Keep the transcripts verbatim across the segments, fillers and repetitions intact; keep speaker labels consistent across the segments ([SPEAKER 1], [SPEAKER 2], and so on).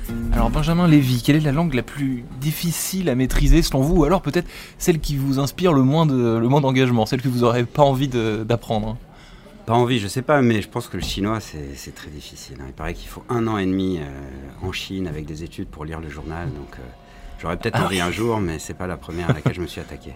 [SPEAKER 1] Alors Benjamin Lévy, quelle est la langue la plus difficile à maîtriser selon vous, ou alors peut-être celle qui vous inspire le moins, de, le moins d'engagement, celle que vous n'aurez pas envie de, d'apprendre?
[SPEAKER 2] Pas envie, je sais pas, mais je pense que le chinois c'est, c'est très difficile. Il paraît qu'il faut un an et demi euh, en Chine avec des études pour lire le journal, donc euh, j'aurais peut-être
[SPEAKER 1] ah
[SPEAKER 2] envie
[SPEAKER 1] oui.
[SPEAKER 2] un jour, mais c'est pas la première à laquelle je me suis attaqué.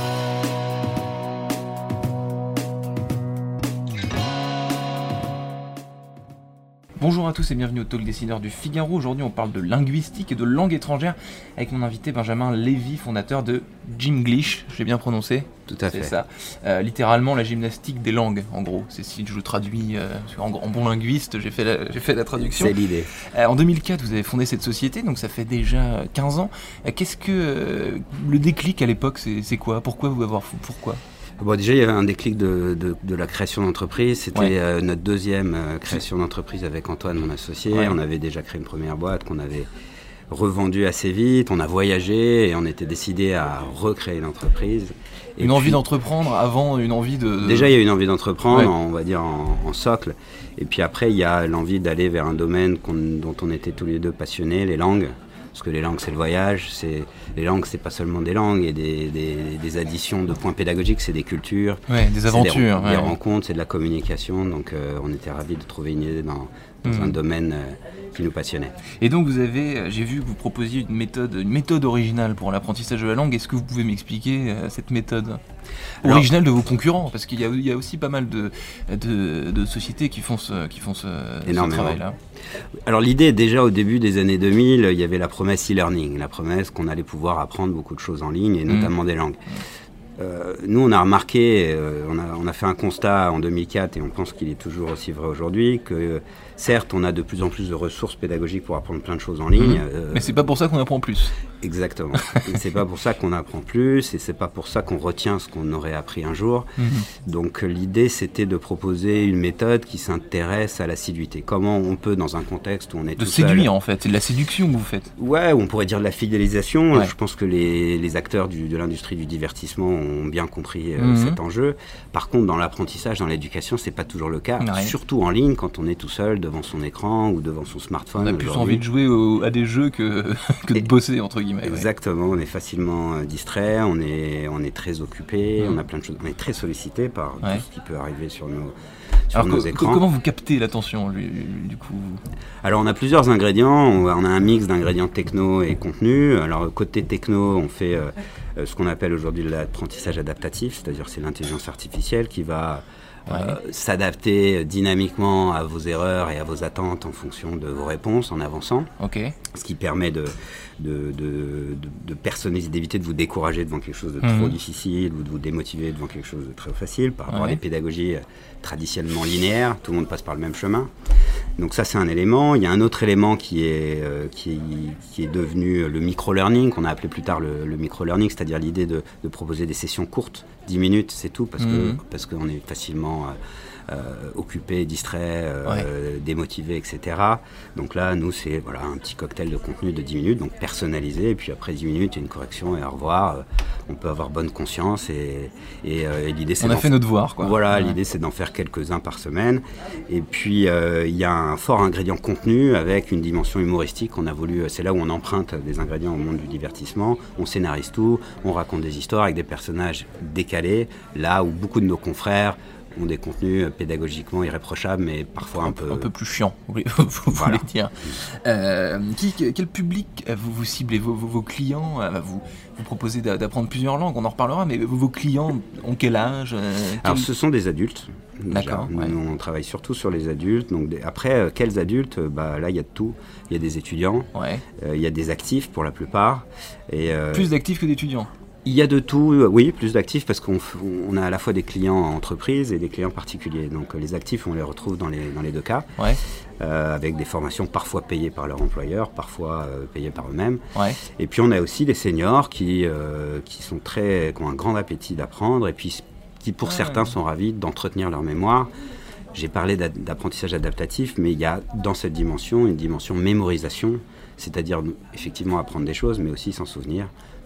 [SPEAKER 1] Bonjour à tous et bienvenue au Talk Décideur du Figaro. Aujourd'hui on parle de linguistique et de langue étrangère avec mon invité Benjamin Lévy, fondateur de Gymglish, j'ai bien prononcé?
[SPEAKER 2] Tout à
[SPEAKER 1] C'est
[SPEAKER 2] fait.
[SPEAKER 1] ça. Euh, littéralement la gymnastique des langues en gros. C'est si je le traduis euh, en, en bon linguiste, j'ai fait la, j'ai fait la traduction.
[SPEAKER 2] C'est l'idée.
[SPEAKER 1] Euh, en deux mille quatre vous avez fondé cette société, donc ça fait déjà quinze ans. Euh, qu'est-ce que euh, le déclic à l'époque, c'est, c'est quoi? Pourquoi vous avoir pourquoi
[SPEAKER 2] Bon, déjà, il y avait un déclic de, de, de la création d'entreprise. C'était
[SPEAKER 1] ouais.
[SPEAKER 2] euh, notre deuxième euh, création d'entreprise avec Antoine, mon associé. Ouais. On avait déjà créé une première boîte qu'on avait revendue assez vite. On a voyagé et on était décidé à recréer l'entreprise.
[SPEAKER 1] Et une puis, envie d'entreprendre avant une envie de... de...
[SPEAKER 2] Déjà, il y a une envie d'entreprendre,
[SPEAKER 1] ouais.
[SPEAKER 2] on va dire en, en socle. Et puis après, il y a l'envie d'aller vers un domaine qu'on, dont on était tous les deux passionnés, les langues. Parce que les langues, c'est le voyage. C'est... Les langues, c'est pas seulement des langues et des, des, des additions de points pédagogiques, c'est des cultures.
[SPEAKER 1] Ouais, des aventures.
[SPEAKER 2] Des,
[SPEAKER 1] ouais.
[SPEAKER 2] des rencontres, c'est de la communication. Donc, euh, on était ravis de trouver une idée dans, dans mmh. un domaine euh, qui nous passionnait.
[SPEAKER 1] Et donc, vous avez, j'ai vu que vous proposiez une méthode, une méthode originale pour l'apprentissage de la langue. Est-ce que vous pouvez m'expliquer euh, cette méthode Alors, originale de vos concurrents? Parce qu'il y a, il y a aussi pas mal de, de, de sociétés qui font ce, qui font ce, ce travail-là.
[SPEAKER 2] Alors l'idée, déjà au début des années deux mille, il y avait la promesse e-learning, la promesse qu'on allait pouvoir apprendre beaucoup de choses en ligne et notamment mmh. des langues. Euh, nous, on a remarqué, euh, on, a, on a fait un constat en deux mille quatre et on pense qu'il est toujours aussi vrai aujourd'hui, que euh, certes, on a de plus en plus de ressources pédagogiques pour apprendre plein de choses en ligne.
[SPEAKER 1] Mmh. Euh, Mais c'est pas pour ça qu'on apprend plus.
[SPEAKER 2] Exactement. C'est pas pour ça qu'on apprend plus et c'est pas pour ça qu'on retient ce qu'on aurait appris un jour. Mmh. Donc l'idée, c'était de proposer une méthode qui s'intéresse à l'assiduité. Comment on peut, dans un contexte où on est
[SPEAKER 1] de
[SPEAKER 2] tout
[SPEAKER 1] séduire
[SPEAKER 2] seul,
[SPEAKER 1] en fait, c'est de la séduction que vous faites.
[SPEAKER 2] Ouais, on pourrait dire de la fidélisation.
[SPEAKER 1] Ouais.
[SPEAKER 2] Je pense que les, les acteurs du, de l'industrie du divertissement ont bien compris euh, mmh. cet enjeu. Par contre, dans l'apprentissage, dans l'éducation, c'est pas toujours le cas. Ouais. Surtout en ligne, quand on est tout seul devant son écran ou devant son smartphone.
[SPEAKER 1] On a plus envie de jouer au, à des jeux que, que de et, bosser entre guillemets.
[SPEAKER 2] Exactement, ouais. On est facilement euh, distrait, on est, on est très occupé, mmh. on a plein de choses, on est très sollicité par ouais. tout ce qui peut arriver sur nos, sur
[SPEAKER 1] Alors,
[SPEAKER 2] nos
[SPEAKER 1] co-
[SPEAKER 2] écrans.
[SPEAKER 1] Comment vous captez l'attention lui, du coup?
[SPEAKER 2] Alors on a plusieurs ingrédients, on a un mix d'ingrédients techno et contenu. Alors côté techno, on fait euh, ce qu'on appelle aujourd'hui l'apprentissage adaptatif, c'est-à-dire c'est l'intelligence artificielle qui va Ouais. Euh, s'adapter dynamiquement à vos erreurs et à vos attentes en fonction de vos réponses en avançant.
[SPEAKER 1] Okay.
[SPEAKER 2] Ce qui permet de, de, de, de, de personnaliser, d'éviter de vous décourager devant quelque chose de
[SPEAKER 1] mmh.
[SPEAKER 2] trop difficile ou de vous démotiver devant quelque chose de très facile par rapport
[SPEAKER 1] ouais.
[SPEAKER 2] à des pédagogies traditionnellement linéaires. Tout le monde passe par le même chemin. Donc ça, c'est un élément. Il y a un autre élément qui est, euh, qui est, qui est devenu le micro-learning, qu'on a appelé plus tard le, le micro-learning, c'est-à-dire l'idée de, de proposer des sessions courtes, dix minutes, c'est tout, parce, mmh. que, parce qu'on est facilement euh, euh, occupé, distrait, euh, ouais. démotivé, et cetera. Donc là, nous, c'est voilà, un petit cocktail de contenu de dix minutes, donc personnalisé, et puis après dix minutes, une correction et au revoir. On peut avoir bonne conscience, et, et, euh, et l'idée, c'est...
[SPEAKER 1] On a fait notre devoir, quoi.
[SPEAKER 2] Voilà,
[SPEAKER 1] ouais.
[SPEAKER 2] l'idée, c'est d'en faire quelques-uns par semaine. Et puis, euh, il y a un fort ingrédient contenu avec une dimension humoristique. On a voulu, c'est là où on emprunte des ingrédients au monde du divertissement. On scénarise tout, on raconte des histoires avec des personnages décalés, là où beaucoup de nos confrères ont des contenus pédagogiquement irréprochables, mais parfois un, un peu...
[SPEAKER 1] Un peu plus chiants, vous voilà. voulez dire. Euh, qui, quel public vous, vous ciblez? Vos, vos, vos clients, vous, vous proposez d'apprendre plusieurs langues, on en reparlera, mais vos clients ont quel âge? quel...
[SPEAKER 2] Alors, ce sont des adultes.
[SPEAKER 1] D'accord.
[SPEAKER 2] Nous,
[SPEAKER 1] ouais.
[SPEAKER 2] on travaille surtout sur les adultes. Donc, des... Après, euh, quels adultes? Bah, là, il y a de tout. Il y a des étudiants,
[SPEAKER 1] ouais.
[SPEAKER 2] euh, il y a des actifs pour la plupart. Et, euh...
[SPEAKER 1] Plus d'actifs que d'étudiants?
[SPEAKER 2] Il y a de tout, oui, plus d'actifs parce qu'on on a à la fois des clients entreprises et des clients particuliers. Donc les actifs, on les retrouve dans les, dans les deux cas,
[SPEAKER 1] ouais.
[SPEAKER 2] euh, avec des formations parfois payées par leur employeur, parfois euh, payées par eux-mêmes.
[SPEAKER 1] Ouais. Et
[SPEAKER 2] puis on a aussi des seniors qui, euh, qui, sont très, qui ont un grand appétit d'apprendre et puis qui pour ouais. certains sont ravis d'entretenir leur mémoire. J'ai parlé d'apprentissage adaptatif, mais il y a dans cette dimension une dimension mémorisation, c'est-à-dire effectivement apprendre des choses, mais aussi s'en souvenir.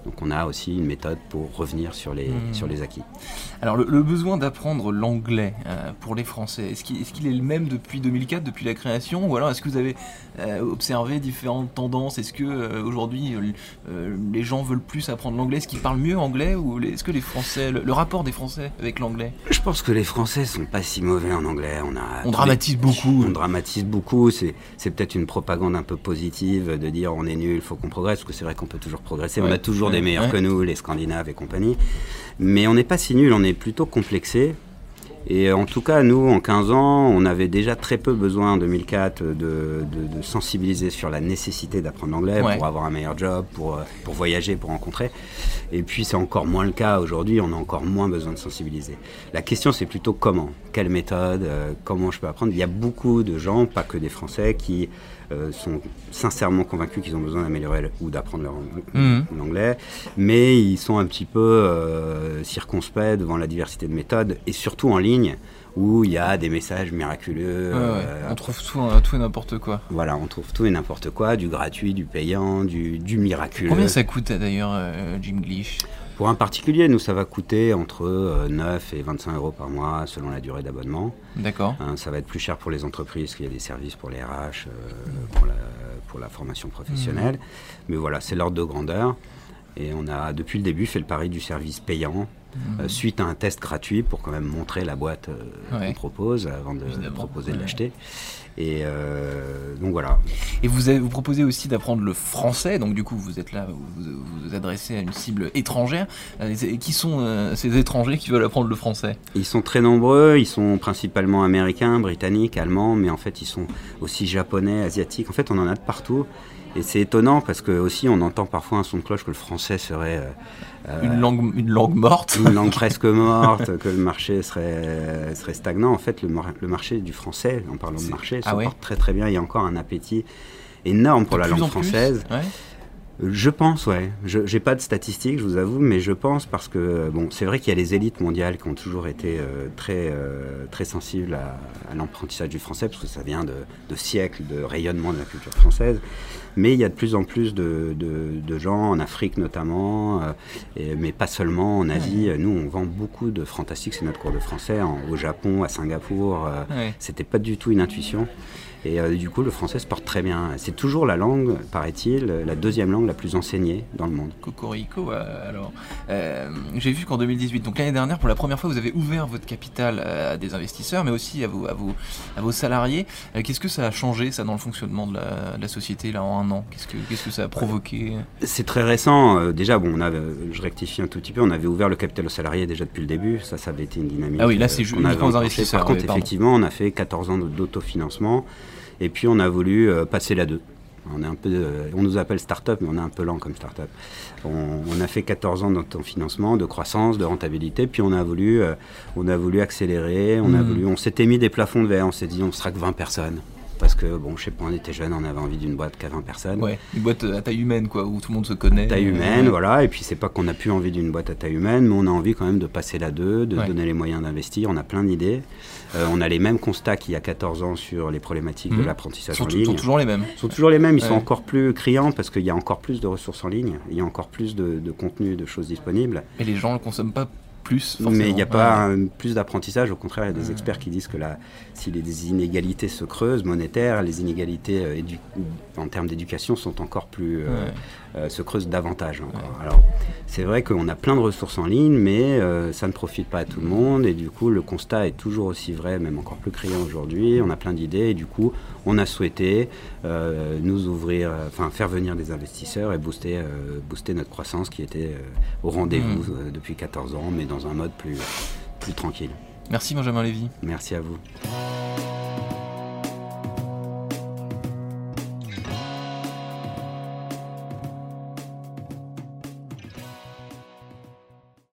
[SPEAKER 2] Donc on a aussi une méthode pour revenir sur les, mmh. sur les acquis.
[SPEAKER 1] Alors le, le besoin d'apprendre l'anglais euh, pour les Français, est-ce qu'il, est-ce qu'il est le même depuis deux mille quatre, depuis la création, ou alors est-ce que vous avez euh, observé différentes tendances? Est-ce que euh, aujourd'hui euh, les gens veulent plus apprendre l'anglais? Est-ce qu'ils parlent mieux anglais, ou les, est-ce que les Français, le, le rapport des Français avec l'anglais?
[SPEAKER 2] Je pense que les Français sont pas si mauvais en anglais. On, a
[SPEAKER 1] on dramatise les... beaucoup.
[SPEAKER 2] On dramatise beaucoup. C'est, c'est peut-être une propagande un peu positive de dire on est nul, il faut qu'on progresse, parce que c'est vrai qu'on peut toujours progresser. Ouais. On a toujours ouais. des meilleurs ouais. que nous, les Scandinaves et compagnie. Mais on n'est pas si nul, on est plutôt complexé. Et en tout cas, nous, en quinze ans, on avait déjà très peu besoin en deux mille quatre de, de, de sensibiliser sur la nécessité d'apprendre l'anglais ouais. pour avoir un meilleur job, pour, pour voyager, pour rencontrer. Et puis, c'est encore moins le cas aujourd'hui, on a encore moins besoin de sensibiliser. La question, c'est plutôt comment, quelle méthode, euh, comment je peux apprendre. Il y a beaucoup de gens, pas que des Français, qui euh, sont sincèrement convaincus qu'ils ont besoin d'améliorer ou d'apprendre leur mmh. l'anglais, mais ils sont un petit peu euh, circonspects devant la diversité de méthodes, et surtout en ligne, où il y a des messages miraculeux.
[SPEAKER 1] Ouais, ouais. Euh, on trouve tout, tout et n'importe quoi.
[SPEAKER 2] Voilà, on trouve tout et n'importe quoi, du gratuit, du payant, du, du miraculeux.
[SPEAKER 1] Combien ça coûte d'ailleurs, euh, Jimglish ?
[SPEAKER 2] Pour un particulier, nous, ça va coûter entre euh, neuf et vingt-cinq euros par mois, selon la durée d'abonnement.
[SPEAKER 1] D'accord.
[SPEAKER 2] Hein, ça va être plus cher pour les entreprises, parce qu'il y a des services pour les R H, euh, pour, la, pour la formation professionnelle. Mmh. Mais voilà, c'est l'ordre de grandeur. Et on a, depuis le début, fait le pari du service payant, mmh. euh, suite à un test gratuit pour quand même montrer la boîte euh, ouais. qu'on propose avant de Évidemment. proposer ouais. de l'acheter. Et euh, donc voilà.
[SPEAKER 1] Et vous, avez, vous proposez aussi d'apprendre le français, donc du coup vous êtes là, vous vous, vous adressez à une cible étrangère. Euh, qui sont euh, ces étrangers qui veulent apprendre le français?
[SPEAKER 2] Ils sont très nombreux, ils sont principalement américains, britanniques, allemands, mais en fait ils sont aussi japonais, asiatiques. En fait on en a de partout. Et c'est étonnant parce que aussi on entend parfois un son de cloche que le français serait
[SPEAKER 1] euh, une langue une langue morte,
[SPEAKER 2] une langue presque morte, que le marché serait serait stagnant. En fait, le, le marché du français, en parlant c'est... de marché, se ah ouais. porte très très bien. Il y a encore un appétit énorme pour de la langue française. Ouais. Je pense, ouais. Je n'ai pas de statistiques, je vous avoue, mais je pense parce que bon, c'est vrai qu'il y a les élites mondiales qui ont toujours été euh, très, euh, très sensibles à, à l'apprentissage du français, parce que ça vient de, de siècles de rayonnement de la culture française. Mais il y a de plus en plus de, de, de gens, en Afrique notamment, euh, et, mais pas seulement, en Asie. Ouais. Nous, on vend beaucoup de fantastique, c'est notre cours de français, en, au Japon, à Singapour. Euh, ouais. C'était pas du tout une intuition. Et euh, du coup, le français se porte très bien. C'est toujours la langue, paraît-il, la deuxième langue la plus enseignée dans le monde.
[SPEAKER 1] Cocorico, euh, alors. Euh, j'ai vu qu'en deux mille dix-huit, donc l'année dernière, pour la première fois, vous avez ouvert votre capital à des investisseurs, mais aussi à vos, à vos, à vos salariés. Euh, qu'est-ce que ça a changé, ça, dans le fonctionnement de la, de la société, là, en un an? Qu'est-ce que, qu'est-ce que ça a provoqué? C'est
[SPEAKER 2] très récent. Euh, déjà, bon, on a, je rectifie un tout petit peu, on avait ouvert le capital aux salariés déjà depuis le début. Ça, ça avait été une dynamique.
[SPEAKER 1] Ah oui, là, c'est euh, uniquement aux investisseurs.
[SPEAKER 2] Par contre,
[SPEAKER 1] oui,
[SPEAKER 2] effectivement, on a fait quatorze ans d'autofinancement. Et puis on a voulu euh, passer la deux. On, est un peu, euh, on nous appelle start-up, mais on est un peu lent comme start-up. On, on a fait quatorze ans d'autofinancement, de croissance, de rentabilité, puis on a voulu, euh, on a voulu accélérer, on, mmh. a voulu, on s'était mis des plafonds de verre, on s'est dit on sera que vingt personnes. Parce que, bon, je sais pas, on était jeunes, on avait envie d'une boîte qu'à vingt personnes.
[SPEAKER 1] Ouais, une boîte à taille humaine, quoi, où tout le monde se connaît.
[SPEAKER 2] Taille humaine, ouais. voilà. Et puis, c'est pas qu'on n'a plus envie d'une boîte à taille humaine, mais on a envie quand même de passer la deux, de ouais. donner les moyens d'investir. On a plein d'idées. Euh, on a les mêmes constats qu'il y a quatorze ans sur les problématiques mmh. de l'apprentissage en ligne. Ils
[SPEAKER 1] sont toujours les mêmes.
[SPEAKER 2] Ils sont toujours les mêmes. Ils ouais. sont encore plus criants parce qu'il y a encore plus de ressources en ligne. Il y a encore plus de, de contenu, de choses disponibles.
[SPEAKER 1] Et les gens ne le consomment pas plus, forcément.
[SPEAKER 2] Mais il n'y a pas ouais. un, plus d'apprentissage, au contraire, il y a des ouais. experts qui disent que là, si les inégalités se creusent, monétaires, les inégalités euh, édu- en termes d'éducation sont encore plus, euh, ouais. euh, se creusent davantage encore. Ouais. Alors, c'est vrai qu'on a plein de ressources en ligne, mais euh, ça ne profite pas à tout le monde, et du coup, le constat est toujours aussi vrai, même encore plus criant aujourd'hui. On a plein d'idées, et du coup, on a souhaité euh, nous ouvrir, enfin, faire venir des investisseurs et booster, euh, booster notre croissance qui était euh, au rendez-vous mmh. euh, depuis quatorze ans, mais dans un mode plus, plus tranquille.
[SPEAKER 1] Merci Benjamin Lévy.
[SPEAKER 2] Merci à vous.